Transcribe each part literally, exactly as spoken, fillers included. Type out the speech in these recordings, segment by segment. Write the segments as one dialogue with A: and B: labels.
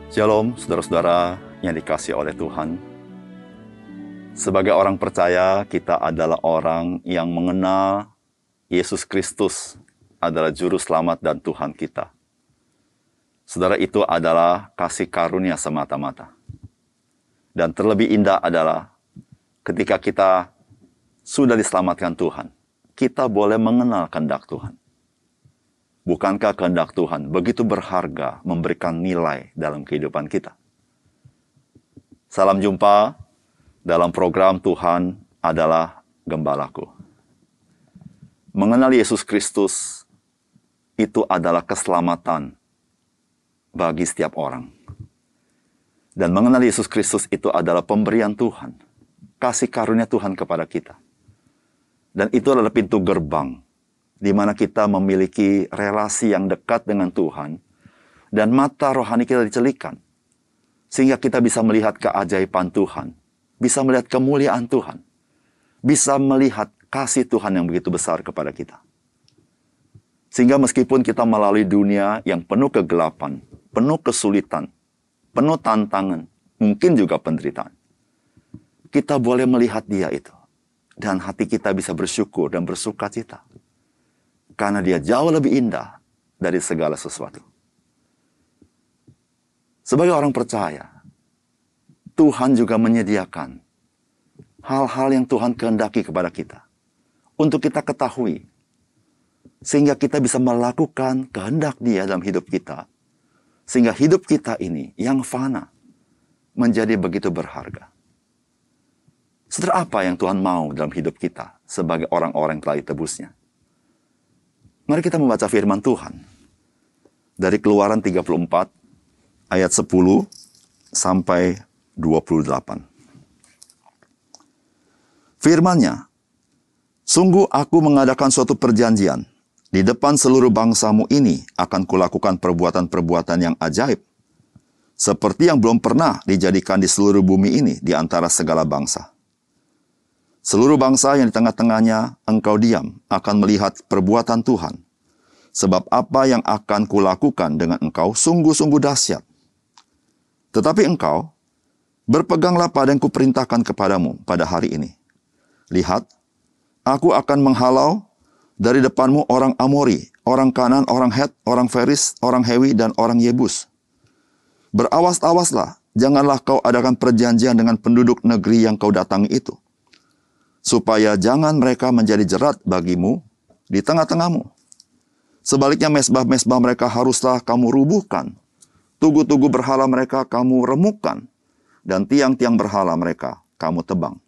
A: Shalom, saudara-saudara yang dikasihi oleh Tuhan. Sebagai orang percaya, kita adalah orang yang mengenal Yesus Kristus adalah Juru Selamat dan Tuhan kita. Saudara, itu adalah kasih karunia semata-mata. Dan terlebih indah adalah ketika kita sudah diselamatkan Tuhan, kita boleh mengenal kehendak Tuhan. Bukankah kehendak Tuhan begitu berharga memberikan nilai dalam kehidupan kita? Salam jumpa dalam program Tuhan adalah Gembalaku. Mengenal Yesus Kristus itu adalah keselamatan bagi setiap orang. Dan mengenal Yesus Kristus itu adalah pemberian Tuhan, kasih karunia Tuhan kepada kita. Dan itu adalah pintu gerbang di mana kita memiliki relasi yang dekat dengan Tuhan, dan mata rohani kita dicelikan, sehingga kita bisa melihat keajaiban Tuhan, bisa melihat kemuliaan Tuhan, bisa melihat kasih Tuhan yang begitu besar kepada kita. Sehingga meskipun kita melalui dunia yang penuh kegelapan, penuh kesulitan, penuh tantangan, mungkin juga penderitaan, kita boleh melihat Dia itu, dan hati kita bisa bersyukur dan bersuka cita. Karena Dia jauh lebih indah dari segala sesuatu. Sebagai orang percaya, Tuhan juga menyediakan hal-hal yang Tuhan kehendaki kepada kita untuk kita ketahui, sehingga kita bisa melakukan kehendak Dia dalam hidup kita, sehingga hidup kita ini yang fana menjadi begitu berharga. Saudara, apa yang Tuhan mau dalam hidup kita sebagai orang-orang yang telah ditebusnya? Mari kita membaca firman Tuhan dari Keluaran tiga puluh empat ayat sepuluh sampai dua puluh delapan. Firman-Nya, "Sungguh aku mengadakan suatu perjanjian. Di depan seluruh bangsamu ini akan kulakukan perbuatan-perbuatan yang ajaib, seperti yang belum pernah dijadikan di seluruh bumi ini di antara segala bangsa. Seluruh bangsa yang di tengah-tengahnya engkau diam akan melihat perbuatan Tuhan. Sebab apa yang akan kulakukan dengan engkau sungguh-sungguh dahsyat. Tetapi engkau, berpeganglah pada yang kuperintahkan kepadamu pada hari ini. Lihat, aku akan menghalau dari depanmu orang Amori, orang Kanan, orang Het, orang Feris, orang Hewi, dan orang Yebus. Berawas-awaslah, janganlah kau adakan perjanjian dengan penduduk negeri yang kau datangi itu, supaya jangan mereka menjadi jerat bagimu di tengah-tengahmu. Sebaliknya mesbah-mesbah mereka haruslah kamu rubuhkan, tugu-tugu berhala mereka kamu remukkan, dan tiang-tiang berhala mereka kamu tebang.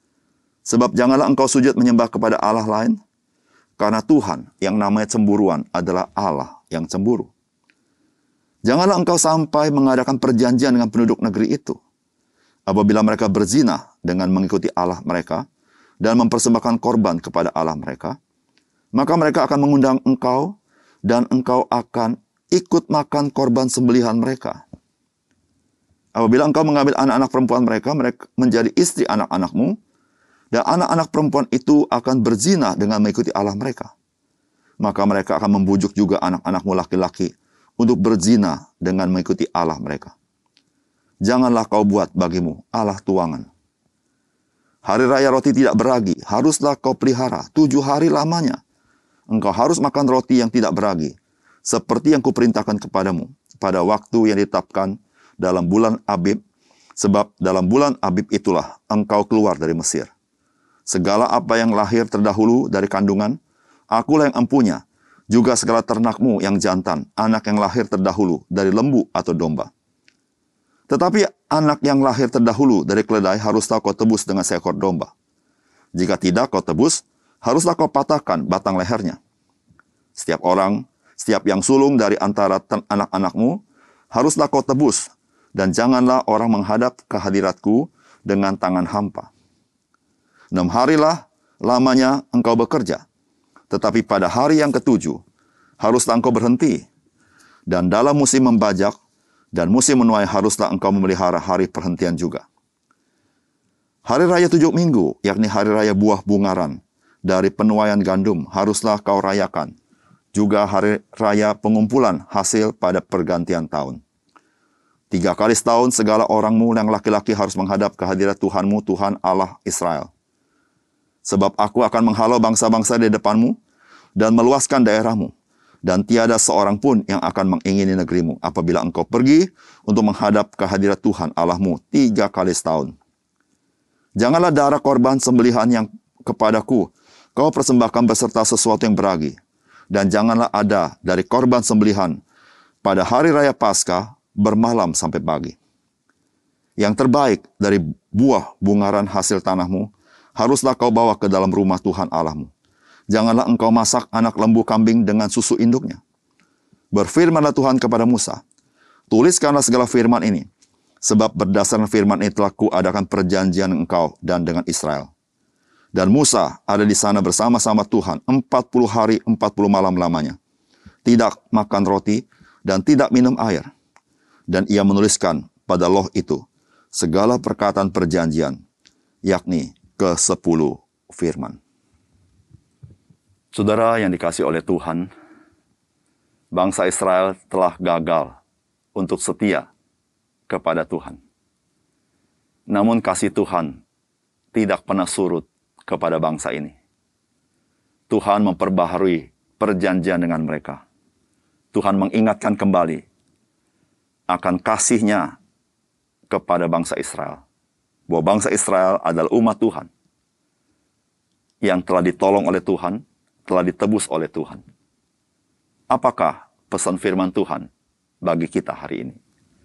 A: Sebab janganlah engkau sujud menyembah kepada Allah lain, karena Tuhan yang namanya cemburuan adalah Allah yang cemburu. Janganlah engkau sampai mengadakan perjanjian dengan penduduk negeri itu. Apabila mereka berzina dengan mengikuti Allah mereka, dan mempersembahkan korban kepada Allah mereka, maka mereka akan mengundang engkau, dan engkau akan ikut makan korban sembelihan mereka. Apabila engkau mengambil anak-anak perempuan mereka, mereka menjadi istri anak-anakmu, dan anak-anak perempuan itu akan berzina dengan mengikuti Allah mereka, maka mereka akan membujuk juga anak-anakmu laki-laki untuk berzina dengan mengikuti Allah mereka. Janganlah kau buat bagimu Allah tuangan. Hari raya roti tidak beragi, haruslah kau pelihara tujuh hari lamanya. Engkau harus makan roti yang tidak beragi, seperti yang kuperintahkan kepadamu, pada waktu yang ditetapkan dalam bulan Abib, sebab dalam bulan Abib itulah engkau keluar dari Mesir. Segala apa yang lahir terdahulu dari kandungan, akulah yang empunya, juga segala ternakmu yang jantan, anak yang lahir terdahulu dari lembu atau domba. Tetapi anak yang lahir terdahulu dari keledai haruslah kau tebus dengan seekor domba. Jika tidak kau tebus, haruslah kau patahkan batang lehernya. Setiap orang, setiap yang sulung dari antara anak-anakmu, haruslah kau tebus, dan janganlah orang menghadap ke hadiratku dengan tangan hampa. Enam harilah lamanya engkau bekerja, tetapi pada hari yang ketujuh, haruslah engkau berhenti. Dan dalam musim membajak, dan musim menuai haruslah engkau memelihara hari perhentian juga. Hari raya tujuh minggu, yakni hari raya buah bungaran, dari penuaian gandum, haruslah kau rayakan. Juga hari raya pengumpulan hasil pada pergantian tahun. Tiga kali setahun segala orangmu yang laki-laki harus menghadap ke hadirat Tuhanmu, Tuhan Allah Israel. Sebab aku akan menghalau bangsa-bangsa di depanmu dan meluaskan daerahmu. Dan tiada seorang pun yang akan mengingini negerimu apabila engkau pergi untuk menghadap ke hadirat Tuhan Allahmu tiga kali setahun. Janganlah darah korban sembelihan yang kepadaku kau persembahkan beserta sesuatu yang beragi. Dan janganlah ada dari korban sembelihan pada hari raya Paskah bermalam sampai pagi. Yang terbaik dari buah bungaran hasil tanahmu haruslah kau bawa ke dalam rumah Tuhan Allahmu. Janganlah engkau masak anak lembu kambing dengan susu induknya. Berfirmanlah Tuhan kepada Musa, tuliskanlah segala firman ini, sebab berdasarkan firman ini telah kuadakan perjanjian engkau dan dengan Israel. Dan Musa ada di sana bersama-sama Tuhan empat puluh hari empat puluh malam lamanya. Tidak makan roti dan tidak minum air. Dan ia menuliskan pada loh itu segala perkataan perjanjian, yakni ke sepuluh firman. Saudara yang dikasihi oleh Tuhan, bangsa Israel telah gagal untuk setia kepada Tuhan. Namun kasih Tuhan tidak pernah surut kepada bangsa ini. Tuhan memperbaharui perjanjian dengan mereka. Tuhan mengingatkan kembali akan kasih-Nya kepada bangsa Israel. Bahwa bangsa Israel adalah umat Tuhan yang telah ditolong oleh Tuhan, telah ditebus oleh Tuhan. Apakah pesan firman Tuhan bagi kita hari ini?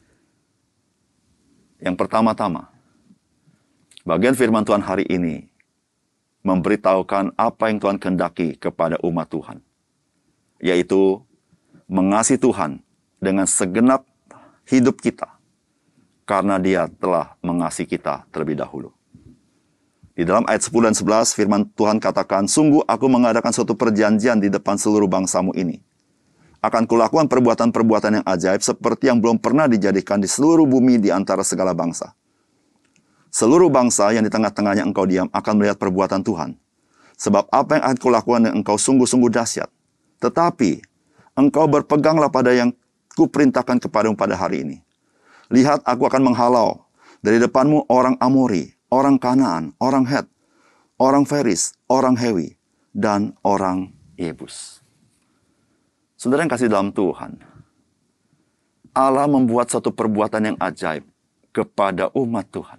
A: Yang pertama-tama, bagian firman Tuhan hari ini memberitahukan apa yang Tuhan kehendaki kepada umat Tuhan, yaitu mengasihi Tuhan dengan segenap hidup kita, karena Dia telah mengasihi kita terlebih dahulu. Di dalam ayat sepuluh dan sebelas, firman Tuhan katakan, sungguh aku mengadakan suatu perjanjian di depan seluruh bangsamu ini. Akan kulakukan perbuatan-perbuatan yang ajaib seperti yang belum pernah dijadikan di seluruh bumi di antara segala bangsa. Seluruh bangsa yang di tengah-tengahnya engkau diam akan melihat perbuatan Tuhan. Sebab apa yang akan kulakukan dengan engkau sungguh-sungguh dahsyat. Tetapi engkau berpeganglah pada yang kuperintahkan kepadamu pada hari ini. Lihat, aku akan menghalau dari depanmu orang Amori, orang Kanaan, orang Het, orang Feris, orang Hewi, dan orang Yebus. Saudara yang kasih dalam Tuhan, Allah membuat satu perbuatan yang ajaib kepada umat Tuhan,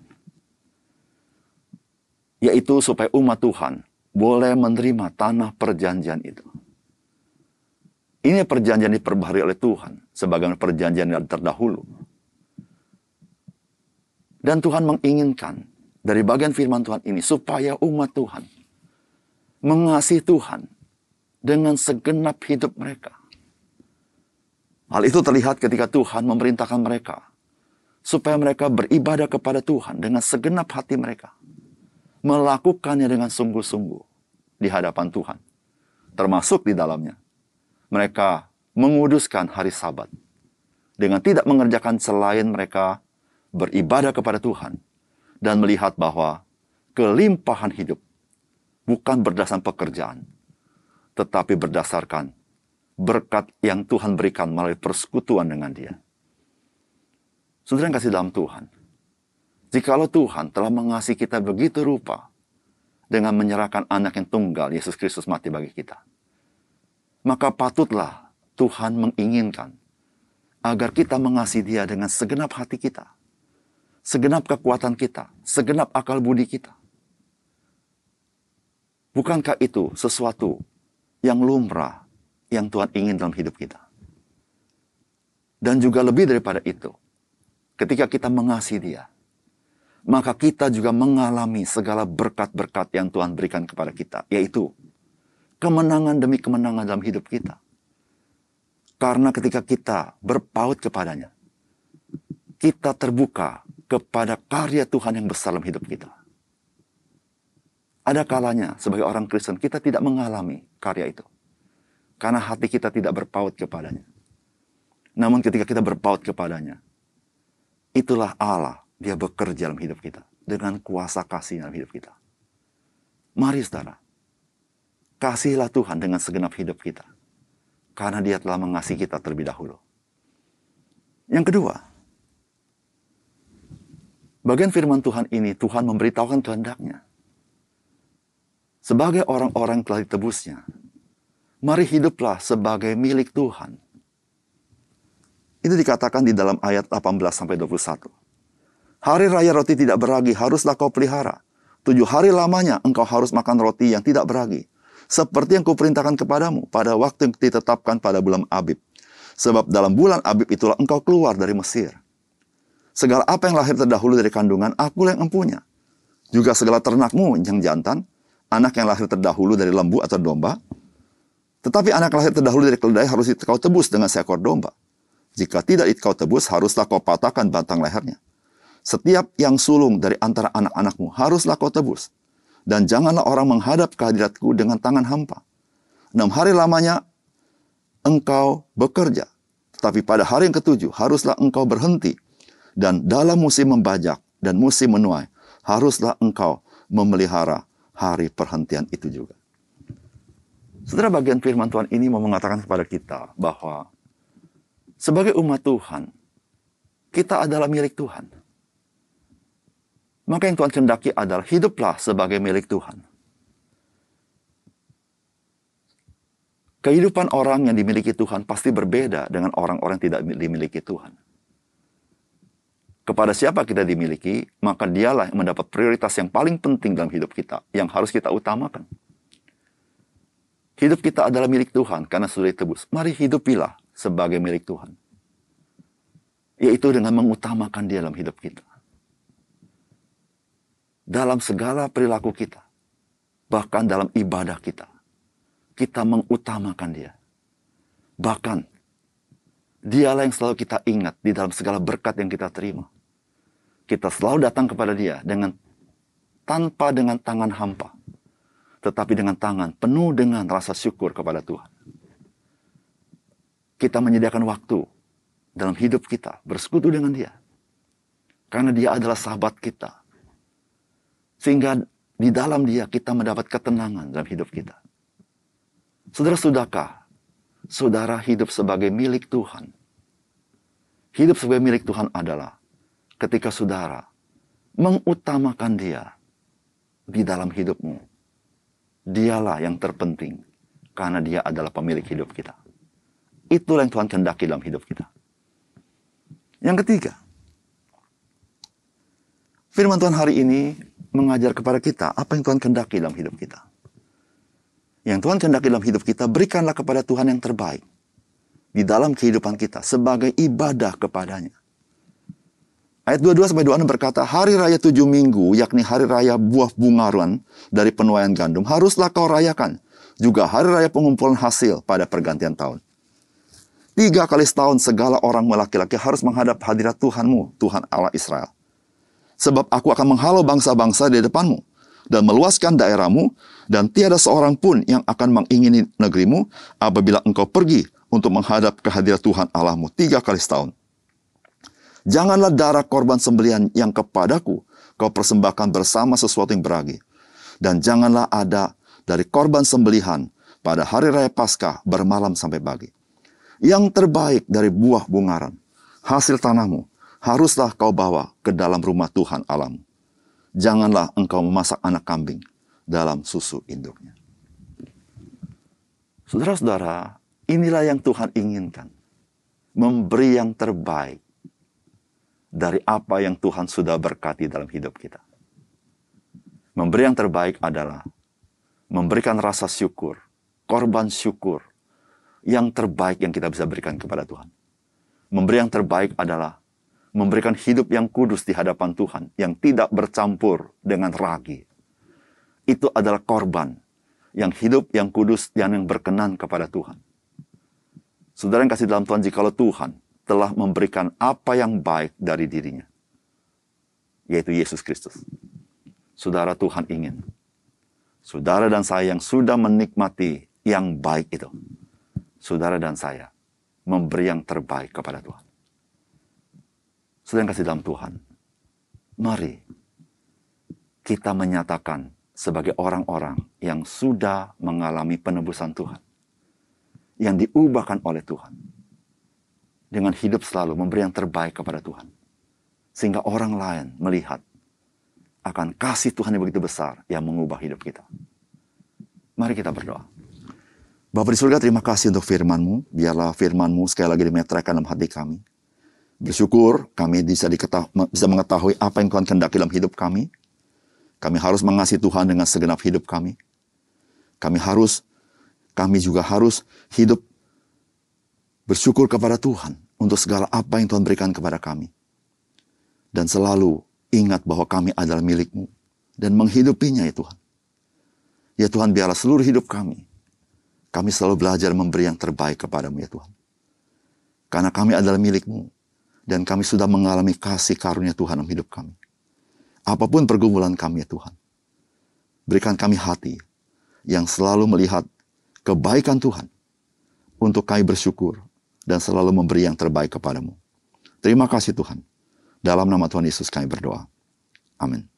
A: yaitu supaya umat Tuhan boleh menerima tanah perjanjian itu. Ini perjanjian diperbaharui oleh Tuhan, sebagaimana perjanjian yang terdahulu. Dan Tuhan menginginkan dari bagian firman Tuhan ini supaya umat Tuhan mengasihi Tuhan dengan segenap hidup mereka. Hal itu terlihat ketika Tuhan memerintahkan mereka supaya mereka beribadah kepada Tuhan dengan segenap hati mereka, melakukannya dengan sungguh-sungguh di hadapan Tuhan, termasuk di dalamnya mereka menguduskan hari Sabat dengan tidak mengerjakan selain mereka beribadah kepada Tuhan dan melihat bahwa kelimpahan hidup bukan berdasarkan pekerjaan, tetapi berdasarkan berkat yang Tuhan berikan melalui persekutuan dengan Dia. Saudara yang kasih dalam Tuhan, jikalau Tuhan telah mengasihi kita begitu rupa dengan menyerahkan anak yang tunggal, Yesus Kristus mati bagi kita, maka patutlah Tuhan menginginkan agar kita mengasihi Dia dengan segenap hati kita, segenap kekuatan kita, segenap akal budi kita. Bukankah itu sesuatu yang lumrah yang Tuhan ingin dalam hidup kita? Dan juga lebih daripada itu, ketika kita mengasihi Dia, maka kita juga mengalami segala berkat-berkat yang Tuhan berikan kepada kita, yaitu kemenangan demi kemenangan dalam hidup kita. Karena ketika kita berpaut kepadanya, kita terbuka kepada karya Tuhan yang besar dalam hidup kita. Ada kalanya sebagai orang Kristen kita tidak mengalami karya itu, karena hati kita tidak berpaut kepadanya. Namun ketika kita berpaut kepadanya, itulah Allah, Dia bekerja dalam hidup kita dengan kuasa kasih dalam hidup kita. Mari saudara, kasihilah Tuhan dengan segenap hidup kita, karena Dia telah mengasihi kita terlebih dahulu. Yang kedua, bagian firman Tuhan ini, Tuhan memberitahukan kehendaknya. Sebagai orang-orang yang telah ditebusnya, mari hiduplah sebagai milik Tuhan. Itu dikatakan di dalam ayat delapan belas sampai dua puluh satu. Hari raya roti tidak beragi haruslah kau pelihara. Tujuh hari lamanya engkau harus makan roti yang tidak beragi. Seperti yang kuperintahkan kepadamu pada waktu yang ditetapkan pada bulan Abib. Sebab dalam bulan Abib itulah engkau keluar dari Mesir. Segala apa yang lahir terdahulu dari kandungan, akulah yang empunya. Juga segala ternakmu yang jantan, anak yang lahir terdahulu dari lembu atau domba. Tetapi anak yang lahir terdahulu dari keledai harus kau tebus dengan seekor domba. Jika tidak kau tebus, haruslah kau patahkan batang lehernya. Setiap yang sulung dari antara anak-anakmu haruslah kau tebus. Dan janganlah orang menghadap ke hadiratku dengan tangan hampa. Enam hari lamanya engkau bekerja. Tetapi pada hari yang ketujuh haruslah engkau berhenti. Dan dalam musim membajak dan musim menuai, haruslah engkau memelihara hari perhentian itu juga. Saudara, bagian firman Tuhan ini mau mengatakan kepada kita bahwa sebagai umat Tuhan, kita adalah milik Tuhan. Maka yang Tuhan kehendaki adalah hiduplah sebagai milik Tuhan. Kehidupan orang yang dimiliki Tuhan pasti berbeda dengan orang-orang yang tidak dimiliki Tuhan. Kepada siapa kita dimiliki, maka dialah yang mendapat prioritas yang paling penting dalam hidup kita, yang harus kita utamakan. Hidup kita adalah milik Tuhan karena sudah ditebus. Mari hidupilah sebagai milik Tuhan. Yaitu dengan mengutamakan Dia dalam hidup kita. Dalam segala perilaku kita. Bahkan dalam ibadah kita. Kita mengutamakan Dia. Bahkan, Dialah yang selalu kita ingat di dalam segala berkat yang kita terima. Kita selalu datang kepada Dia dengan tanpa dengan tangan hampa. Tetapi dengan tangan penuh dengan rasa syukur kepada Tuhan. Kita menyediakan waktu dalam hidup kita bersekutu dengan Dia. Karena Dia adalah sahabat kita. Sehingga di dalam Dia kita mendapat ketenangan dalam hidup kita. Saudara, sudahkah saudara hidup sebagai milik Tuhan? Hidup sebagai milik Tuhan adalah ketika saudara mengutamakan Dia di dalam hidupmu. Dialah yang terpenting karena Dia adalah pemilik hidup kita. Itulah yang Tuhan kehendaki dalam hidup kita. Yang ketiga, firman Tuhan hari ini mengajar kepada kita apa yang Tuhan kehendaki dalam hidup kita. Yang Tuhan kehendaki dalam hidup kita, berikanlah kepada Tuhan yang terbaik di dalam kehidupan kita sebagai ibadah kepadanya. Ayat dua puluh dua sampai dua puluh enam berkata, hari raya tujuh minggu, yakni hari raya buah bungaran dari penuaian gandum, haruslah kau rayakan. Juga hari raya pengumpulan hasil pada pergantian tahun. Tiga kali setahun segala orang laki-laki harus menghadap hadirat Tuhanmu, Tuhan Allah Israel. Sebab aku akan menghalau bangsa-bangsa di depanmu, dan meluaskan daerahmu, dan tiada seorang pun yang akan mengingini negerimu, apabila engkau pergi untuk menghadap ke hadirat Tuhan Allahmu tiga kali setahun. Janganlah darah korban sembelihan yang kepadaku kau persembahkan bersama sesuatu yang beragi. Dan janganlah ada dari korban sembelihan pada hari raya Paskah bermalam sampai pagi. Yang terbaik dari buah bungaran, hasil tanahmu, haruslah kau bawa ke dalam rumah Tuhan Allahmu. Janganlah engkau memasak anak kambing dalam susu induknya. Saudara-saudara, inilah yang Tuhan inginkan. Memberi yang terbaik dari apa yang Tuhan sudah berkati dalam hidup kita. Memberi yang terbaik adalah memberikan rasa syukur, korban syukur, yang terbaik yang kita bisa berikan kepada Tuhan. Memberi yang terbaik adalah memberikan hidup yang kudus di hadapan Tuhan, yang tidak bercampur dengan ragi. Itu adalah korban yang hidup, yang kudus, dan yang berkenan kepada Tuhan. Saudara yang kasih dalam Tuhan, jikalau Tuhan telah memberikan apa yang baik dari dirinya, yaitu Yesus Kristus. Saudara, Tuhan ingin saudara dan saya yang sudah menikmati yang baik itu, saudara dan saya memberi yang terbaik kepada Tuhan. Saudara yang kasih dalam Tuhan, mari kita menyatakan sebagai orang-orang yang sudah mengalami penebusan Tuhan, yang diubahkan oleh Tuhan, dengan hidup selalu memberi yang terbaik kepada Tuhan. Sehingga orang lain melihat akan kasih Tuhan yang begitu besar yang mengubah hidup kita. Mari kita berdoa. Bapa di surga, terima kasih untuk firman-Mu. Biarlah firman-Mu sekali lagi dimeteraikan dalam hati kami. Bersyukur kami bisa, bisa mengetahui apa yang Tuhan kehendaki dalam hidup kami. Kami harus mengasihi Tuhan dengan segenap hidup kami. Kami harus, kami juga harus hidup bersyukur kepada Tuhan untuk segala apa yang Tuhan berikan kepada kami. Dan selalu ingat bahwa kami adalah milik-Mu dan menghidupinya ya Tuhan. Ya Tuhan, biarlah seluruh hidup kami, kami selalu belajar memberi yang terbaik kepada-Mu ya Tuhan. Karena kami adalah milik-Mu dan kami sudah mengalami kasih karunia Tuhan dalam hidup kami. Apapun pergumulan kami ya Tuhan, berikan kami hati yang selalu melihat kebaikan Tuhan untuk kami bersyukur dan selalu memberi yang terbaik kepada-Mu. Terima kasih Tuhan. Dalam nama Tuhan Yesus kami berdoa. Amin.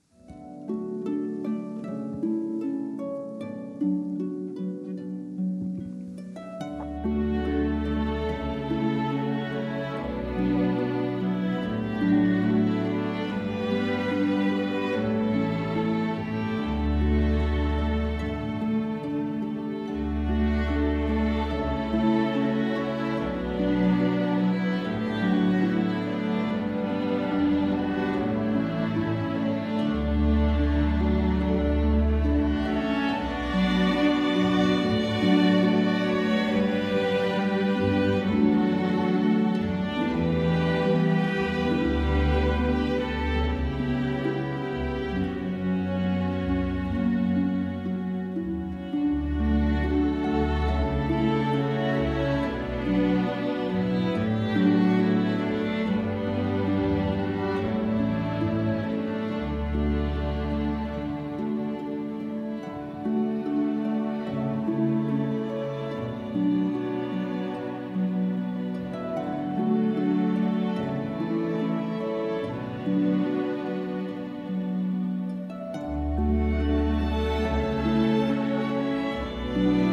B: Thank you.